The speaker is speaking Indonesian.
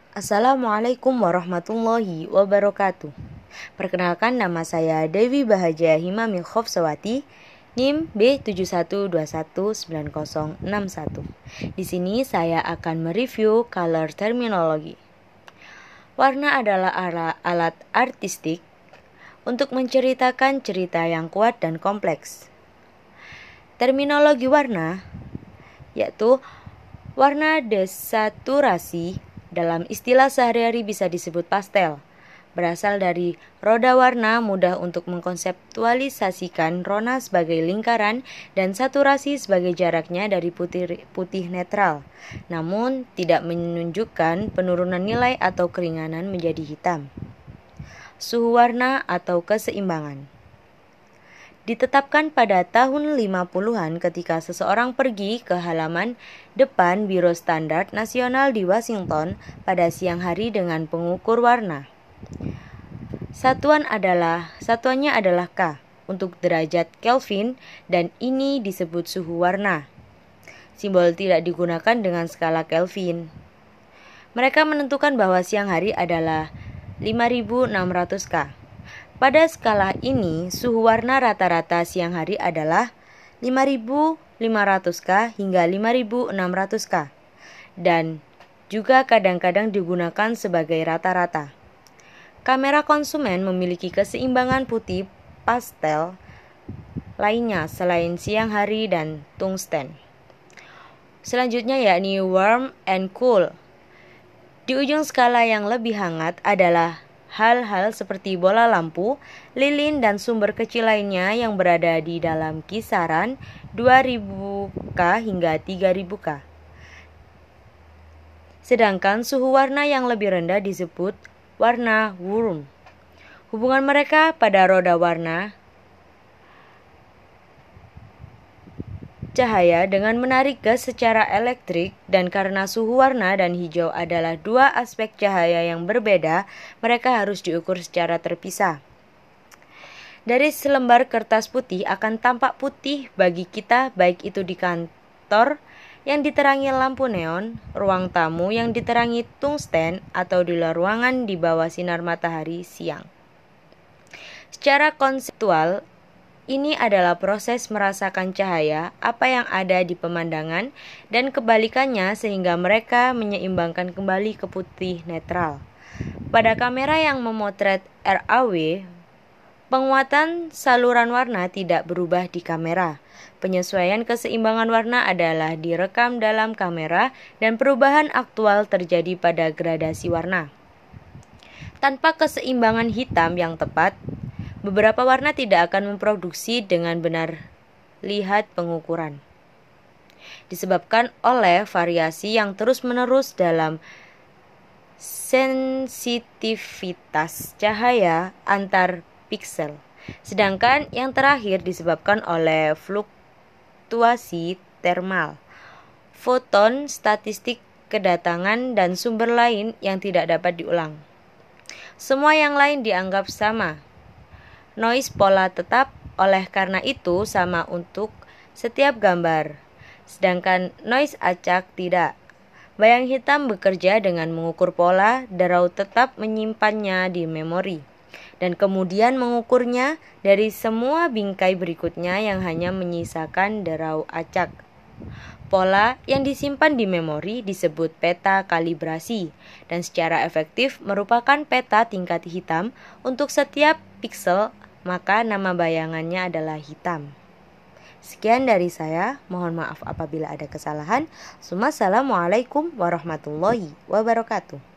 Assalamualaikum warahmatullahi wabarakatuh. Perkenalkan, nama saya Dewi Bahaja Himamil Khofsawati, NIM B71219061. Di sini saya akan mereview color terminologi. Warna adalah alat artistik untuk menceritakan cerita yang kuat dan kompleks. Terminologi warna yaitu warna desaturasi dalam istilah sehari-hari bisa disebut pastel. Berasal dari roda warna, mudah untuk mengkonseptualisasikan rona sebagai lingkaran dan saturasi sebagai jaraknya dari putih netral, namun tidak menunjukkan penurunan nilai atau keringanan menjadi hitam. Suhu warna atau keseimbangan ditetapkan pada tahun 50-an ketika seseorang pergi ke halaman depan Biro Standar Nasional di Washington pada siang hari dengan pengukur warna. Satuannya adalah K untuk derajat Kelvin, dan ini disebut suhu warna. Simbol tidak digunakan dengan skala Kelvin. Mereka menentukan bahwa siang hari adalah 5600 K. Pada skala ini, suhu warna rata-rata siang hari adalah 5.500 K hingga 5.600 K, dan juga kadang-kadang digunakan sebagai rata-rata. Kamera konsumen memiliki keseimbangan putih pastel lainnya selain siang hari dan tungsten. Selanjutnya yakni warm and cool. Di ujung skala yang lebih hangat adalah hal-hal seperti bola lampu, lilin, dan sumber kecil lainnya yang berada di dalam kisaran 2000 K hingga 3000 K. Sedangkan suhu warna yang lebih rendah disebut warna warm. Hubungan mereka pada roda warna cahaya dengan menarik gas secara elektrik, dan karena suhu warna dan hijau adalah dua aspek cahaya yang berbeda, mereka harus diukur secara terpisah. Dari selembar kertas putih akan tampak putih bagi kita, baik itu di kantor yang diterangi lampu neon, ruang tamu yang diterangi tungsten, atau di luar ruangan di bawah sinar matahari siang. Secara konseptual, ini adalah proses merasakan cahaya, apa yang ada di pemandangan, dan kebalikannya sehingga mereka menyeimbangkan kembali ke putih netral. Pada kamera yang memotret RAW, penguatan saluran warna tidak berubah di kamera. Penyesuaian keseimbangan warna adalah direkam dalam kamera, dan perubahan aktual terjadi pada gradasi warna. Tanpa keseimbangan hitam yang tepat, beberapa warna tidak akan memproduksi dengan benar. Lihat pengukuran. Disebabkan oleh variasi yang terus-menerus dalam sensitivitas cahaya antar piksel. Sedangkan yang terakhir disebabkan oleh fluktuasi termal, foton, statistik kedatangan, dan sumber lain yang tidak dapat diulang. Semua yang lain dianggap sama. Noise pola tetap, oleh karena itu sama untuk setiap gambar, sedangkan noise acak tidak. Bayang hitam bekerja dengan mengukur pola, derau tetap menyimpannya di memori, dan kemudian mengukurnya dari semua bingkai berikutnya yang hanya menyisakan derau acak. Pola yang disimpan di memori disebut peta kalibrasi, dan secara efektif merupakan peta tingkat hitam untuk setiap piksel, maka nama bayangannya adalah hitam. Sekian dari saya, mohon maaf apabila ada kesalahan. Assalamualaikum warahmatullahi wabarakatuh.